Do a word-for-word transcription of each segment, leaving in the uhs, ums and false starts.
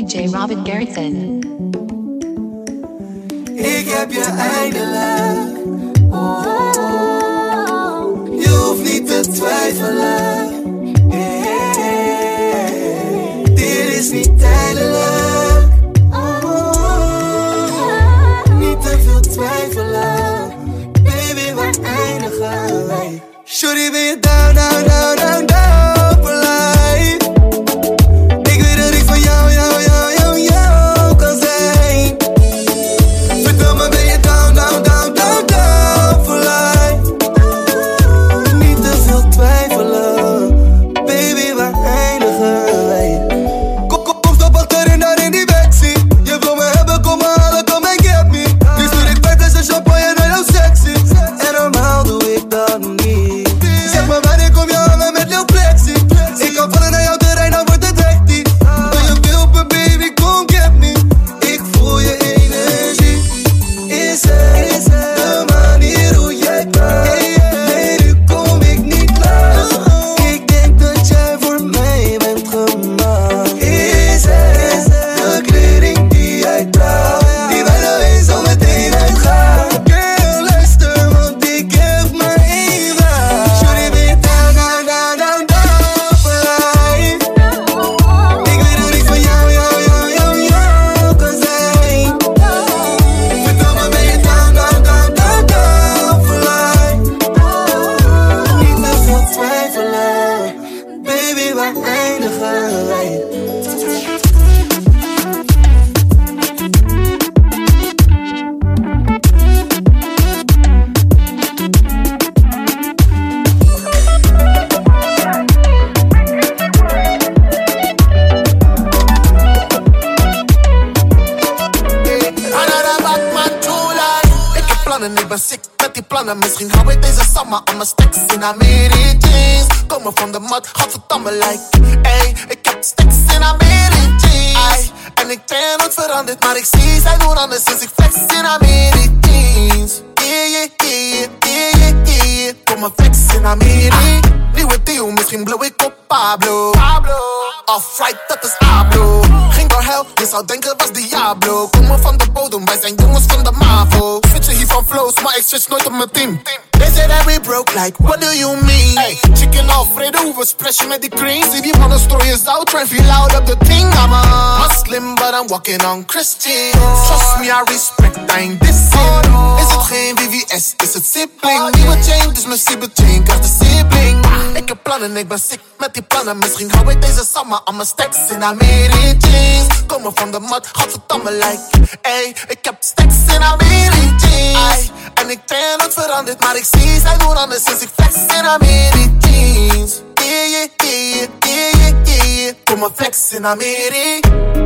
D J Robin Garrison. Ik heb je eindelijk. Oh, je hoeft niet te twijfelen. Hey, dit is niet tijdelijk. Oh, niet te veel twijfelen. Baby, we eindigen. Shorty, ben je down, down, down, down, down for life? Ik weet dat ik van jou, jou, jou, jou, jou kan zijn. Vertel me, ben je down, down, down, down, down for life? Niet te veel twijfelen. Baby, we eindigen. Kom, kom, kom, stop achterin daar in die backseat. Je wil me hebben, kom maar halen, kom en get me. Nu stuur ik bij tussen champagne naar jou sexy. En normaal doe ik dat niet. Zeg maar wanneer kom je hangen met Lil Plexi? Ik kan vallen naar jouw terrein, dan wordt het hectisch. Wil je wilpen, baby, come get me. Ik voel je energie. Is het de manier hoe jij praat? Nee, nu kom ik niet laat. Ik denk dat jij voor mij bent gemaakt. Is het de kleding die jij draagt? Die bijna eens al meteen uitgaat. Girl, luister, want ik heb maar één vraag. Shorty, ben je down, down, down, down, down for life? Ik weet dat ik van jou, jou, jou, jou, jou kan zijn. Vertel me, ben je down, down, down, down, down for life? Niet te veel twijfelen. Baby, we eindigen. Ik ben sick met die plannen. Misschien hou ik deze summer aan mijn stacks in Amiri jeans. Komen van de mat, gadverdamme like. Ey, ik heb stacks in Amiri jeans. Ay, en ik ben nooit veranderd, maar ik zie zij doen anders sinds ik flex in Amiri jeans. Yeah, yeah, yeah, yeah, yeah, yeah. Kom maar flex in Amiri. Nieuwe deal, misschien blow ik op Pablo. Pablo. Off-right, dat is Pablo. Ging door hell, je zou denken was Diablo. Komen van de bodem, wij zijn jongens van de MAVO. Switchen hier van flows, maar ik switch nooit op mijn team. They say that we broke, like, what do you mean? Hey, chicken Alfredo, we splashing met die cream. See die mannen strooien zout, try feel out of the thing. I'm a Muslim, but I'm walking on Christian. Trust me, I respect, I ain't dissing. Is het geen V V S, is het sibling? Nieuwe chain, dus mijn cyber chain, krijg de sibling. Ik heb plannen, ik ben sick met die plannen. Misschien hou ik deze summer aan mijn stacks in Amiri jeans. Komen van de mat, gadverdamme like. Ey, ik heb stacks in Amiri jeans. Ay, en ik ben nooit veranderd, maar ik zie zij doen anders sinds ik flex in Amiri jeans. Yeah, yeah, yeah, yeah, yeah, yeah. Kom maar flex in Amiri.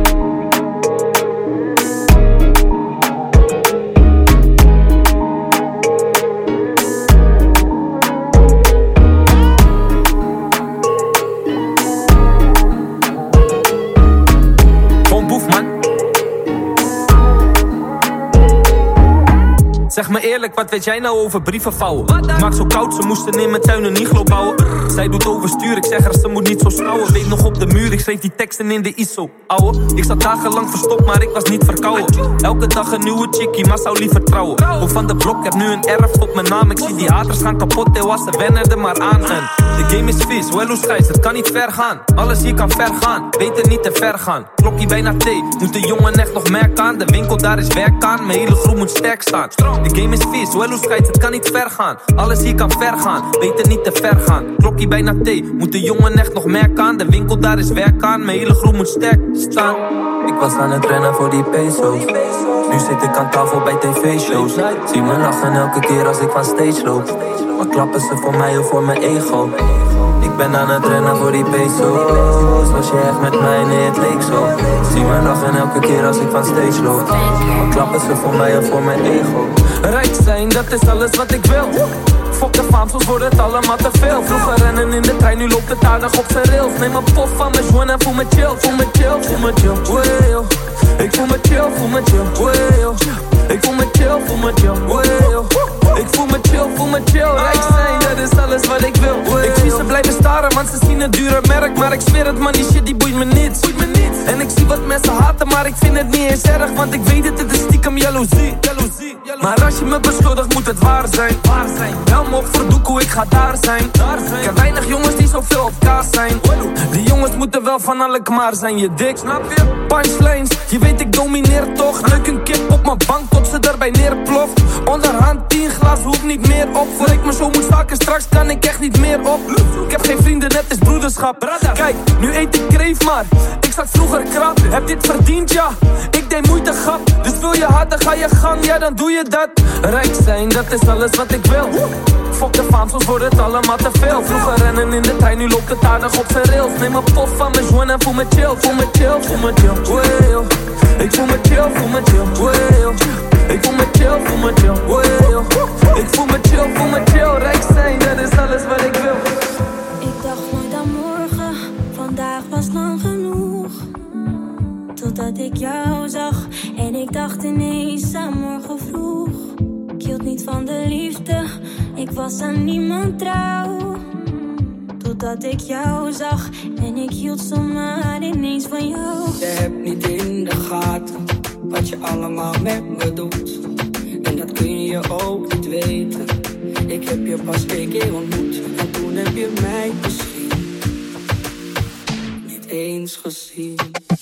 Zeg me eerlijk, wat weet jij nou over brieven vouwen? Het maakt zo koud, ze moesten in mijn tuin een iglo bouwen. Zij doet overstuur, ik zeg haar ze moet niet zo snauwen. Weet nog op de muur, ik schreef die teksten in de I S O. Ouwe, ik zat dagenlang verstopt, maar ik was niet verkouden. Elke dag een nieuwe chickie, maar zou liever trouwen. Kom van de blok, heb nu een erf op mijn naam. Ik zie die haters gaan kapot, en was ze wennen er maar aan. En de game is vies, wel hoe schijs, het kan niet ver gaan. Alles hier kan ver gaan, beter niet te ver gaan. Klokkie bijna thee, moet de jongen echt nog merk aan. De winkel daar is werk aan, mijn hele groep moet sterk staan. De game is vies, wel hoe schijt, het kan niet ver gaan. Alles hier kan ver gaan, beter niet te ver gaan. Klokkie bijna thee, moet de jongen echt nog merk aan. De winkel daar is werk aan, mijn hele groep moet sterk staan. Ik was aan het rennen voor die peso's. Nu zit ik aan tafel bij tv-shows. Zie me lachen elke keer als ik van stage loop. Maar klappen ze voor mij of voor mijn ego? Ik ben aan het rennen voor die peso's. Was je echt met mij? Nee, het leek zo. Zie me lachen elke keer als ik van stage loop. Maar klappen ze voor mij of voor mijn ego? Rijk zijn, dat is alles wat ik wil. Fok de faam, soms wordt het allemaal te veel. Vroeger rennen in de trein, nu loopt het aardig op zijn rails. Neem een pof van mijn joint en voel me chill. Voel me chill, voel me chill, well. Ik voel me chill, voel me chill, well. Ik voel me chill, voel me chill, well. Ik voel me chill, voel me chill. Rijk zijn, dat is alles wat ik wil. Ik zie ze blijven staren, want ze zien het dure merk. Maar ik zweer het man, die shit die boeit me niet. En ik zie wat mensen haten, maar ik vind het niet eens erg. Want ik weet het, het is stiekem jaloezie. Jaloezie. Maar als je me beschuldigt, moet het waar zijn. Waar zijn. Bel me op voor doekoe, ik ga daar zijn. Daar zijn. Ik heb weinig jongens die zoveel op kaas zijn. Die jongens moeten wel van alle maar zijn, je dik. Snap je? Punchlines, je weet ik domineer toch. Leuk een kip op mijn bank tot ze erbij neerploft. Onderhand tien glas, hoeft niet meer op. Voor ik me zo moet zaken, straks kan ik echt niet meer op. Ik heb geen vrienden, net is broederschap. Kijk, nu eet ik kreef maar. Ik zat vroeger krap, heb dit verdiend, ja. Ik deed moeite, grap. Dus wil je hard, dan ga je gang, ja dan doe je dat. Rijk zijn, dat is alles wat ik wil. Fok de faam, soms wordt het allemaal te veel. Vroeger rennen in de trein, nu loopt het aardig op zijn rails. Neem een pof van mijn joint en voel me chill. Voel me chill, voel me chill, well. Ik voel me chill, voel me chill, well. Ik voel me chill, voel me chill, well. Ik voel me chill, voel me chill. Rijk zijn, dat is alles wat ik wil. Ik dacht nooit aan morgen, vandaag was lang genoeg. Totdat ik jou zag en ik dacht ineens aan morgen vroeg. Ik hield niet van de liefde, ik was aan niemand trouw. Totdat ik jou zag en ik hield zomaar ineens van jou. Je hebt niet in de gaten wat je allemaal met me doet. En dat kun je ook niet weten. Ik heb je pas één keer ontmoet en toen heb je mij misschien niet eens gezien.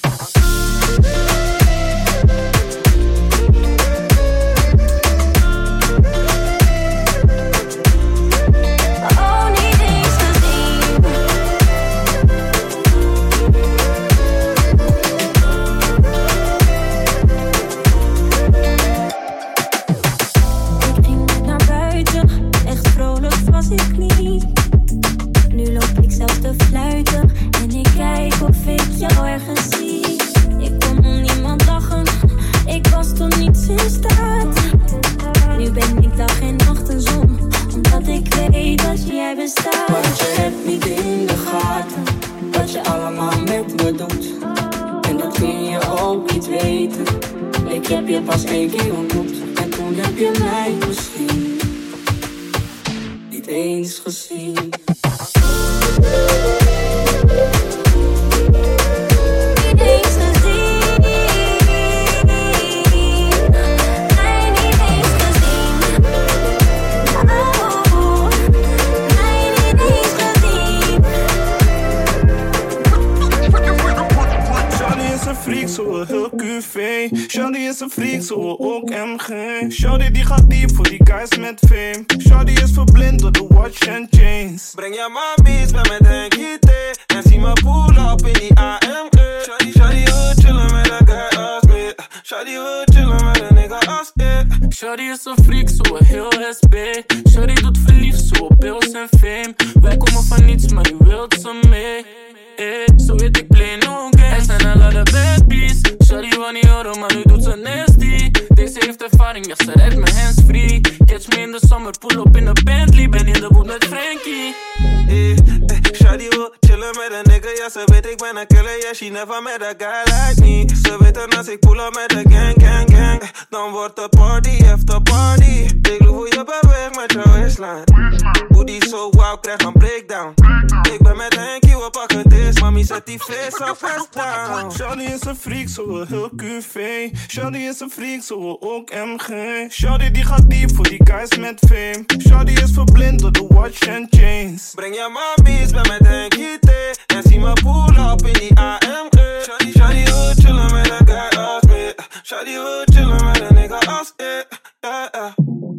Shawty die gaat diep voor die guys met fame. Shawty is verblind door de watch and chains. Breng je mammies bij met Henkie T. En zie me pull up in die A M G. Shawty, shawty wil chillen met een guy als me. Shawty wil chillen met een nigga als ik. Shawty is een freak, zo heel S B. Shawty doet verliefd, zo op bills en fame. Wij komen van niets, maar nu wilt ze mee. Eh, zo weet ik play no games. Er zijn al de bad bees. Shawty wil niet horen, maar nu doet ze nasty. Deze heeft ervaring, ja ze rijdt mijn hands free. Catch me in de summer, pull up in een Bentley. Ben in de boot met Frankie. Eh, eh, Shawty wil chillen met een nigga. Ja ze weet ik ben een killer. Yeah, she never met a guy like me. Ze weten als ik pull up met een gang, gang, gang. Eh, dan wordt de party after party. Ik loop hoe je beweegt met jouw waistline. Booty so wow, krijg een breakdown. Ik ben met Henkie, we pakken dit. Mami zet die face op en down. Shawty is een freak, zo heel Q V. Shawty is een freak, zo ook M G. Shawty die gaat diep voor die guys met fame. Shawty is verblind door de watch and chains. Breng je mammies bij met Henkie T. En zie me pull up in die A M G. Shawty, shawty wil chillen met een guy als me. Shawty wil chillen met een nigga als ik. Yeah, yeah.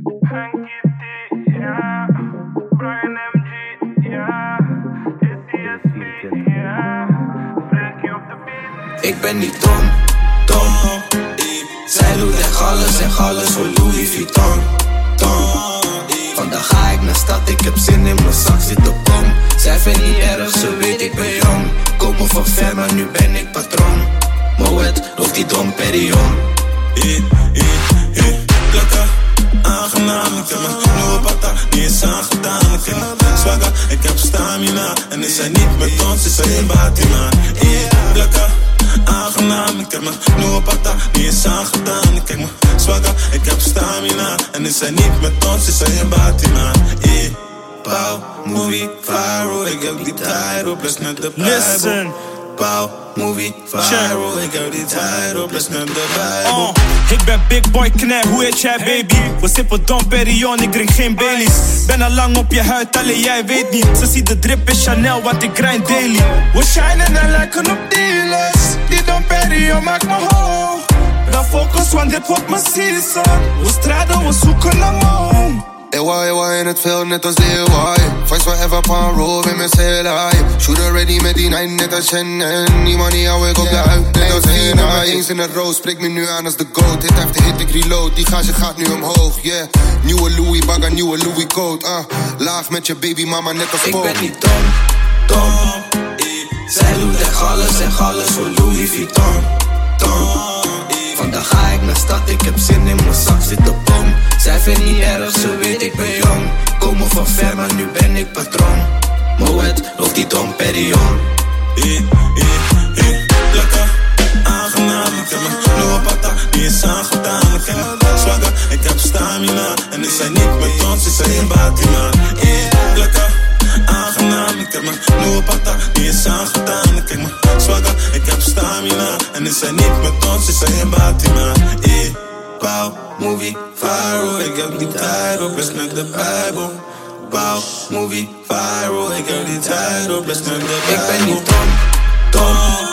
Henkie T, ja. Brian M G, ja. S C S V, ja. Frankie op de beat. Ik ben niet dom, dom. Zij doet echt alles, echt alles voor Louis Vuitton, Tom. Vandaag ga ik naar stad, ik heb zin in mijn zak, zit op kom. Zij vindt niet erg, ze weet ik ben jong. Komen van ver, maar nu ben ik patroon. Moet, of die Dom Perignon. Eh, eh, eh, lekker, aangenaam. Ik heb mijn nieuwe pata, die is aangedaan. Ik heb mijn swagger, ik heb stamina. En is zij niet met ons, is zij in Batima. Eh, lekker, aangenaam. Ik heb mijn nieuwe pata, die is aangedaan. Ik heb mijn swagger, ik heb stamina. En is zij niet met ons, is zij in Batima. Eh, pauw, movie, viral. Ik heb die tijd op, is net de Bijbel. Listen. Pauw, movie, viral. Ik heb die tijd op, plus naar de Bijbel. Oh, ik ben big boy knap, hoe heet jij baby? We sippen Dom Perignon, ik drink geen Baileys. Ben al lang op je huid, alleen jij weet niet. Ze ziet de drip in Chanel, want ik grind daily. We shinen en lijken op dealers. Die Dom Perignon maakt me hoog. Dan focus, want dit wordt mijn season. We strijden, we zoeken naar moon. Ewa, ewa in het veld, net als de Ewaai. Fights forever, pan roll, in mijn cel. Shooter ready met die nine, net als Shannon. Die money hou ik op de huid, net als een nummer eens in de roos, spreek me nu aan als de goat. Hit after hit, ik reload, die gage gaat nu omhoog, yeah. Nieuwe Louis, bagga, nieuwe Louis coat, ah. Laag met je baby mama, net als Pope. Ik ben niet dom, dom. Zij doet echt alles, echt alles voor Louis Vuitton, dom. Vandaag ga ik naar stad, ik heb zin in mijn zak, zit de bom. Zij vindt niet erg, ze weet ik ben jong. Komen van ver, maar nu ben ik patroon. Moet of die Dom Perignon. Eh, eh, eh, lekker, aangenaam. Ik heb mijn nieuwe pata, die is aangedaan. Ik heb mijn swagger, ik heb stamina. En ik zei niet met ons, ik zei in Batima. Eh, lekker, aangenaam. Ik heb mijn nieuwe pata, die is aangedaan. Ik heb mijn swagger, ik heb stamina. En ik zei niet met ons, ik zei in Batima. Eh, Pauw, movie, viral. Ik heb die tijd op, is met de Bijbel. Pauw, movie, viral. Ik heb die tijd op, is met de Bijbel. Ik ben niet dom, dom.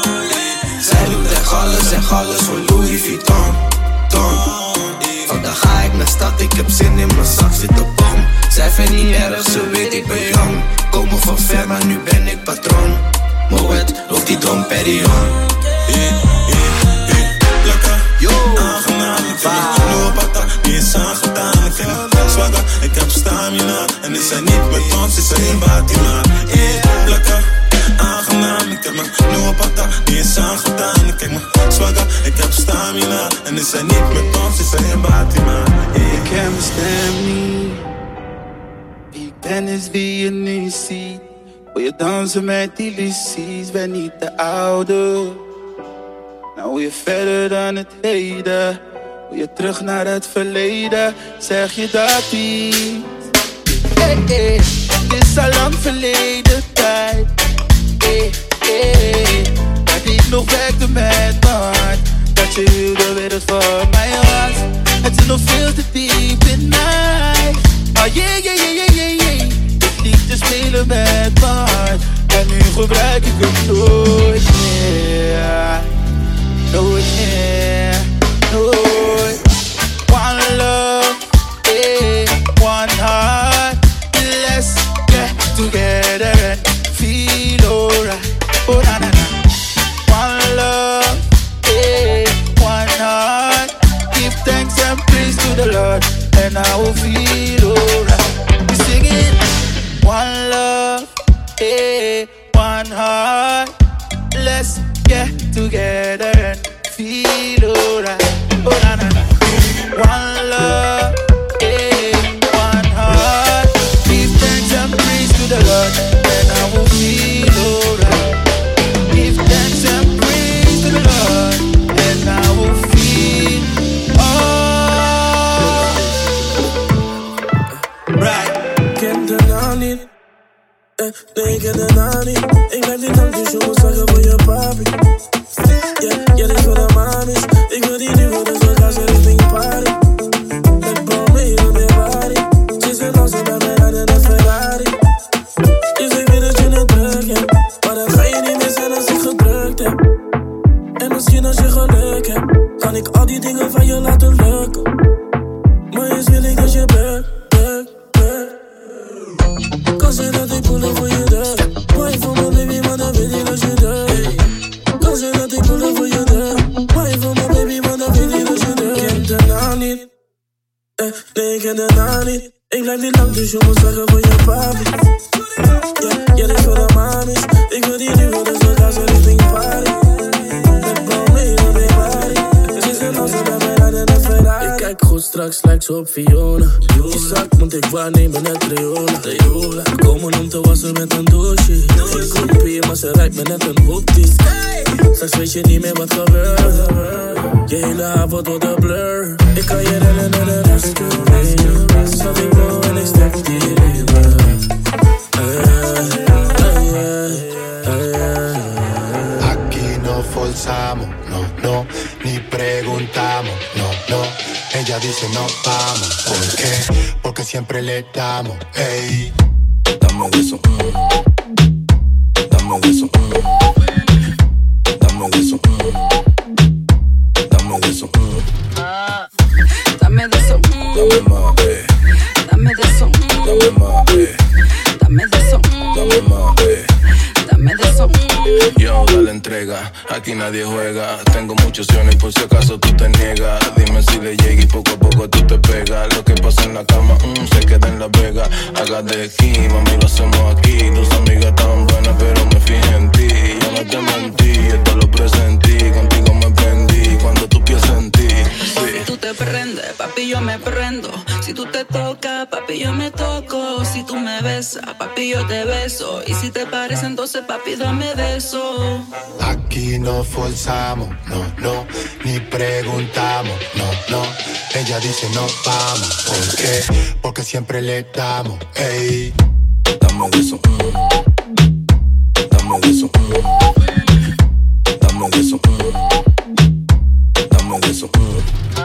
Zij doet echt alles, echt alles voor Louis Vuitton, dom. Vandaag ga ik naar stad, ik heb zin in mijn zak, zit de bom. Zij vindt niet erg, ze weet ik ben jong. Komen van ver, maar nu ben ik patroon. Moet of die Dom Perignon. Eh, eh, eh, lekker, aangenaam. Ik heb mijn nieuwe pata, die is aangedaan. Ik heb mijn swagger, ik heb stamina. En ik zei niet met ons, ik zei in Batima. Eh, lekker, aangenaam. Ik heb mijn nieuwe pata, die is aangedaan. Ik heb mijn swagger, ik heb stamina. En ik zei niet met ons, ik zei in Batima. Ik ken mijn stem niet. Wie ik ben is wie je nu ziet. Wil je dansen met illusies, ben niet de oude. Nou wil je verder dan het heden. Wil je terug naar het verleden, zeg je dat niet. Hey, hey, het is al lang verleden tijd. Hey, hey, dat ik nog werkte met mijn hart. Dat je heel de wereld voor mij was. Het zit nog veel te diep in mij. Oh yeah, yeah, yeah, yeah, yeah, yeah. Ik liep te spelen met mijn hart. En nu gebruik ik hem nooit meer. Nooit meer, nooit. One love, eh, one heart. Let's get together and feel alright. Oh na na na. One love, eh, one heart. Give thanks and praise to the Lord, and I will feel alright. We sing it. One love, eh, one heart. Let's get together and feel alright. Oh na na na. One love, eh, one heart. Give thanks and praise to the Lord, and I will feel alright. Give thanks and praise to the Lord, and I will feel alright. Ik ken de naam niet. Eh, nee, ik ken de naam niet. Ik blijf niet lang, dus jongens zeggen voor je papi. Yeah, yeah, dit is voor de mamies. Ik wil die nu, dus we gaan ze richting party. Met bal mee, dan weer party. Ze zijn dansen bij mij naar de Ferrari. Dus ik weet dat je het druk hebt, maar dan ga je niet meer zijn als ik gedrukt heb. En misschien als je geluk hebt, kan ik al die dingen van je laten lukken. Maar eerst wil ik dat je buk, buk, buk. Kan zijn dat ik voelen voor je deur. Maar je voor mijn baby, maar dan weet ik dat je deur. Kan zijn dat ik voelen voor je deur. Maar je voor mijn baby, maar dan weet ik dat je deur. Ik ken de naam niet. Eh, nee, ik ken de naam niet. Ik blijf niet lang, dus jongens zeggen voor je papi. Yeah, yeah, dit is voor de mamies. Ik wil die nu, dus we gaan ze richting party. Met bal mee, dan weer party. Ze zijn dansen bij mij naar de Ferrari. Ik kijk goed, straks lijkt ze op Fiona. Die zak moet ik waarnemen net Riola. Komen om te wassen met een douche. Geen groepie, maar ze rijdt me net een hoopties. Straks weet je niet meer wat gebeurt. Je hele avond wordt een blur. Ik kan je rennen naar de rescue. Schat ik wil en ik stek die leven. I forzamos, no, no, ni preguntamos, no, no. Ella dice no vamos, ¿por qué? Porque siempre le damos, ey. Dame de eso, mm. Dame de eso, mm. Dame de eso, mm. Dame de eso, mm. Dame de eso, mm. Dame más, eh. Dame de eso, mm. Dame más, eh. Dame de eso, mm. Dame más, eh. Dame de eso, mm. Yo, dale entrega, aquí nadie juega. Tengo muchas opciones por si acaso tú te niegas. Dime si le llega y poco a poco tú te pegas. Lo que pasa en la cama, mm, se queda en la vega. Haga de aquí, mami, lo hacemos aquí. Tus amigas tan buenas, pero me fijé en ti. Yo no te mentí, esto lo presentí. Contigo me prendí, cuando tú piensas en ti, sí. Si tú te prendes, papi, yo me prendo. Si tú te tocas, papi, yo me toco. Si tú me besas, papi, yo te beso. Y si te parece, entonces, papi, dame de eso. Aquí no forzamos, no, no, ni preguntamos, no, no. Ella dice no vamos, ¿por qué? Porque siempre le damos, ey. Dame de eso, mm. Dame de eso, mm. Dame de eso, mm. Dame de eso, mm.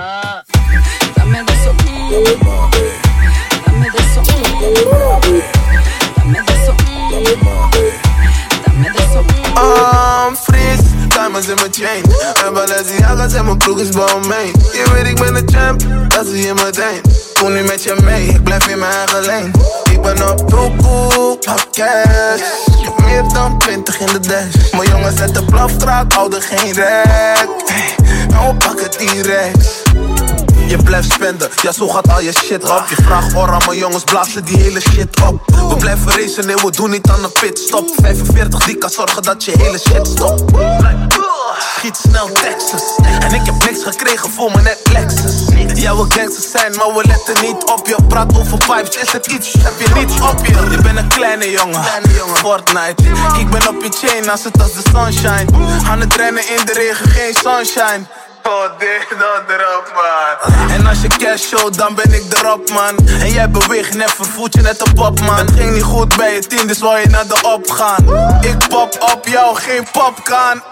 Dame de eso, mm. Dame más, eh. Dame de eso, mm. Dame más, eh. Dame de eso, mm. Dame más, eh. Dame de eso, mm. I'm fris, diamonds in mijn chain. En Balenciaga's en mijn broek is Balmain. Je weet ik ben de champ, dat zie je meteen. Kom nu met je mee, ik blijf in mijn eigen lane. Ik ben op doekoe, pak cash. Ik heb meer dan twintig in de dash. Mijn jongens zetten plafstraat, houden geen rek. Hey, nou we pakken direct. Je blijft spenden, ja zo gaat al je shit op. Je vraagt Ora, mijn jongens blazen die hele shit op. We blijven racen, nee we doen niet aan een pitstop. vijfenveertig die kan zorgen dat je hele shit stopt. Schiet snel Texas. En ik heb niks gekregen voor mijn net Lexus. Ja we gangsters zijn, maar we letten niet op je. Praat over vibes, is het iets, heb je niets op je. Je bent een kleine jongen, Fortnite. Ik ben op je chain als het als de sunshine. Aan het rennen in de regen, geen sunshine. Oh, dit, dat erop, man. En als je cash show, dan ben ik erop, man. En jij beweegt net, vervoed je net een pop, man. Het ging niet goed bij je team, dus wou je naar de op gaan. Ik pop op jou, geen popcorn.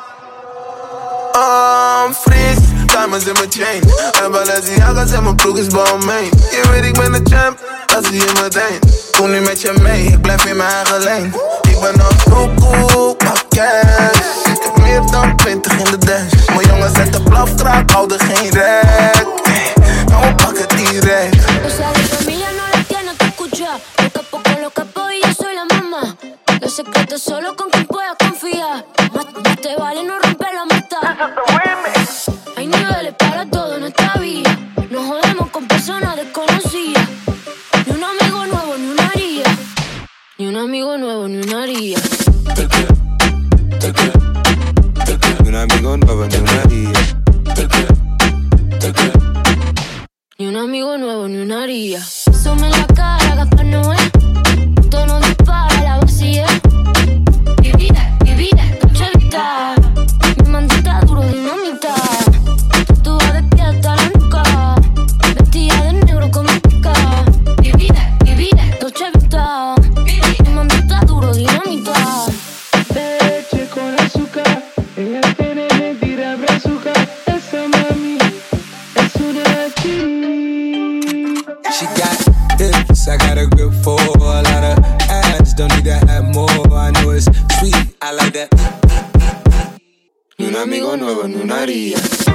I'm fris, diamonds in mijn chain. En Balenciaga's en mijn broek is Balmain. Je weet ik ben de champ, dat zie je meteen. Kom nu met je mee, ik blijf in mijn eigen lane. Ik ben op doekoe, pak cash. Ik heb meer dan twintig in de dash. Mijn jongens zetten plafstraat, houden geen rek. Hey, nou we pakken direct. O sea, de familia no la tiene que escuchar. Yo tampoco lo capo y yo soy la mamá. Los secretos solo con quien puedas confiar. Más, más te vale no romper la mata. Hay niveles para todo en esta vida. No jodemos con personas desconocidas. Ni un amigo nuevo, ni una haría. Ni un amigo nuevo, ni una haría. Ni un amigo nuevo, ni una haría. Ni un amigo nuevo, ni una haría. Sume en la cara, Gaspar Noé. Tono dispara, la vacía. Vivida, vivida, chavita. Mi mandita duro, dinamita. Tatuada de pie hasta la nuca. Vestida de negro con mi pica. Vivida, vivida, chavita. Mi mandita duro, dinamita. Leche con azúcar. Ella tiene mentira brazuca. Esa mami es una chica. She got hips, I got a grip for a lot of ass. Don't need to have more, I know it's sweet, I like that. Ni un amigo nuevo, ni una haría.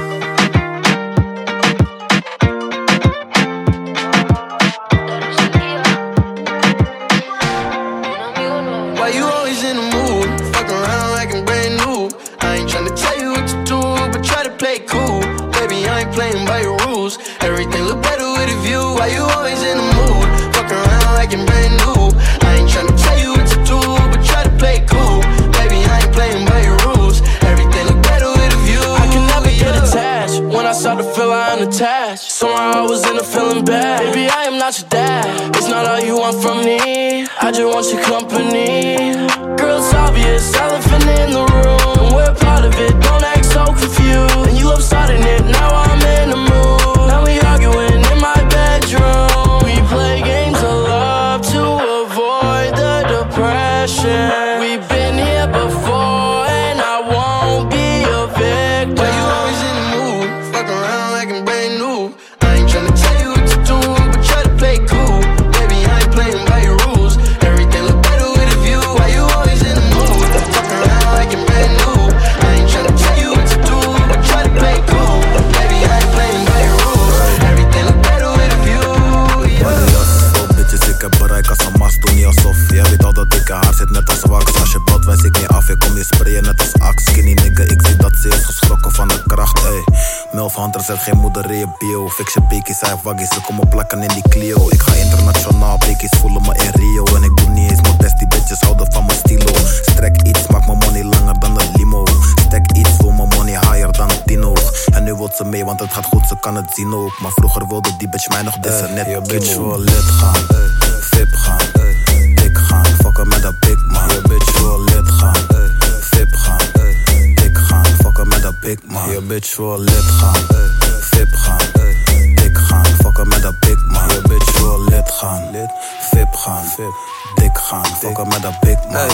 Why you always in the mood? Fuck around like I'm brand new. I ain't tryna tell you what to do, but try to play cool. Baby, I ain't playing by your rules. Everything look better with a view. Why you always in the mood? Fuck around like I'm brand new. I ain't tryna tell you what to do, but try to play cool. Baby, I ain't playing by your rules. Everything look better with a view. I can never get attached. When I start to feel I unattached, somehow I was in a feeling bad. Baby, I am not your dad. It's not all you want from me. I just want your company. Girl, it's obvious, elephant in the room. We're part of it, don't act so confused. And you love starting it, now I'm in the mood. Now we arguing in my bedroom. We play games of love to avoid the depression. We've been here before and I won't be a victim. of Hunter zet geen moeder in je bio. Fix je bekies, hij heeft waggies, ze komen plakken in die Clio. Ik ga internationaal, bekies voelen me in Rio. En ik doe niet eens modest, die bitches houden van mijn stilo. Strek iets, maak mijn money langer dan een limo. Stek iets, wil mijn money higher dan een tino. En nu wil ze mee, want het gaat goed, ze kan het zien ook. Maar vroeger wilde die bitch mij nog dissen, net je bitch wil lid gaan, vip gaan, dik gaan. Fokken met dat big man. Je bitch wil lid gaan, vip gaan, dik gaan. Fokken met dat big man. Je bitch wil lid gaan, vip gaan, dik gaan. Fokken met dat big man. Je bitch wil lid gaan, vip gaan, dik gaan. Fokken met dat big man.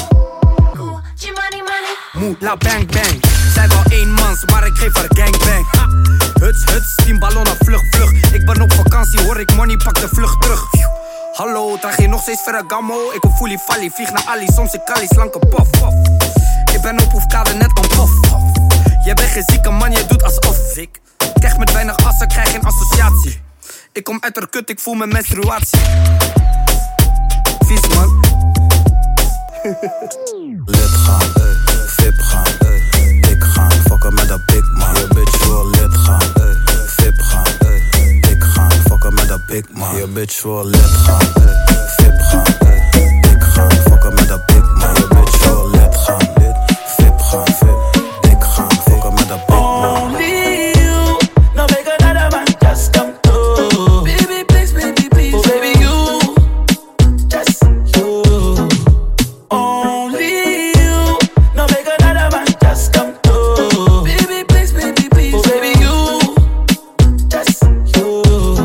Moe, la bang bang. Zij wel één mans, maar ik geef haar gangbang. Huts, huts, tien ballonnen, vlug, vlug. Ik ben op vakantie, hoor ik money, pak de vlucht terug. Hallo, draag je nog steeds Ferragamo? Ik hoef fully falli, vlieg naar Ali, soms ik Kali, slanke pof, pof. Ik ben op hoefkade net een pof. Je bent geen zieke man, je doet alsof. Ziek. Krijg met weinig assen, krijg geen associatie. Ik kom uit haar kut, ik voel mijn menstruatie. Vies man. Lid gaan, vip gaan, dik gaan. Fokken met dat big man. Je bitch wil lid gaan, vip gaan, dik gaan. Fokken met dat big man. Je bitch wil lid gaan, vip gaan, dik gaan. Fokken met dat big man. Je bitch wil lid gaan, vip gaan, dik gaan. Fokken met dat big man. Only you, no make another man just come through. Baby please, baby please, oh, baby you, just you. Only you, no make another man just come through. Baby please, baby please, oh, baby you, just you.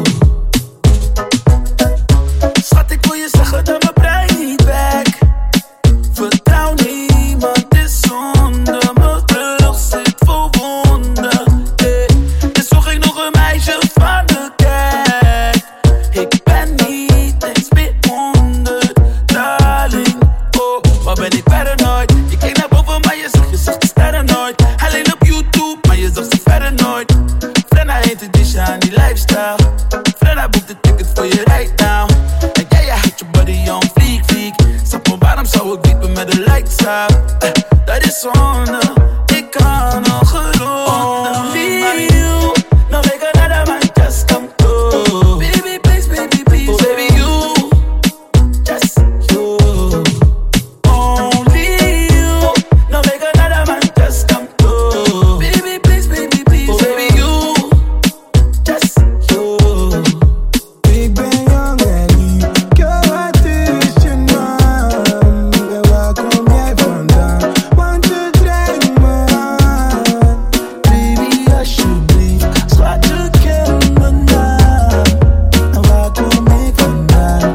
Schat, ik wil je zeggen dat mijn brein niet werkt. Vertrouw niemand, is zonder me terug zit vol wonden. Hey, dus zocht ik nog een meisje van de kerk. Ik ben niet eens meer honderd, darling. Oh, maar ben ik paranoid? Je keek naar boven, maar je zag, je zag de sterren nooit. Alleen op YouTube, maar je zag ze verder nooit. Frenna heet het disje aan die lifestyle. Frenna boekt de ticket voor je right now. En jij, jij houdt je body on fleek, fleek. Snap me, waarom zou ik diepen met de lights out? Uh, dat is zonde, ik kan nog geloven. Only you, no make another man just come through. Baby please, baby please, oh, baby you, just you. Only you, no make another man just come through. Baby please, baby please, oh, baby you, just you. Ik ben jong en lief, girl, wat is je naam? En waar kom jij vandaan? Want je trekt me aan. Baby, alsjeblieft, schat, je kent mijn naam. En waar kom ik vandaan?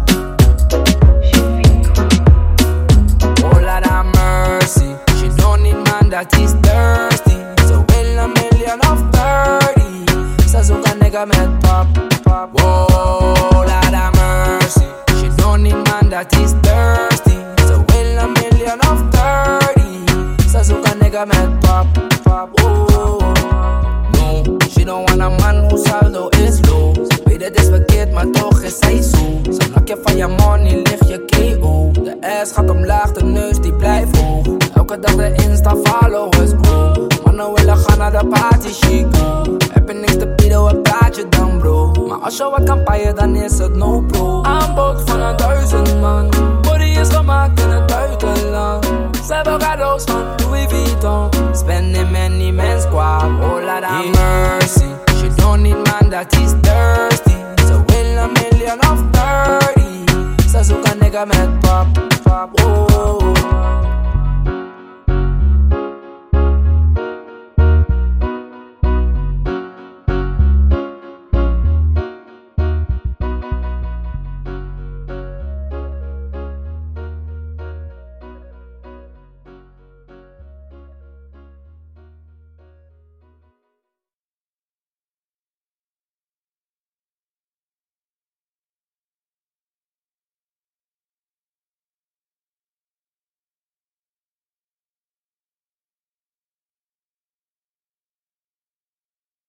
Oh Lord have mercy, she don't need man that is thirsty. So will a million of thirty. Sa zoek een nigga met pop, pop. Whoa, Lord have mercy, she don't need man that is thirsty. So will a million of thirty. Sa zoek een nigga met pop, pop. Whoa. No, she don't want a man whose saldo is low. Ze weet het is verkeerd, maar toch is zij zo. Zolang je van je money ligt je K O. De ass gaat omlaag, de neus die blijft hoog. Elke dag de Insta followers grow. Mannen willen gaan naar de party chic. Heb je niks te bieden, wat praat je dan bro? Maar als je wat kan paaien, dan is het no pro. Aanbod van een duizend man. Body is gemaakt in het buitenland. Ze hebben cadeaus van Louis Vuitton. Spending many men's squad. Oh Lord have mercy, she don't need man that is thirsty. So will a million of thirty. Ze zoek een nigga met pop, pop. Oh.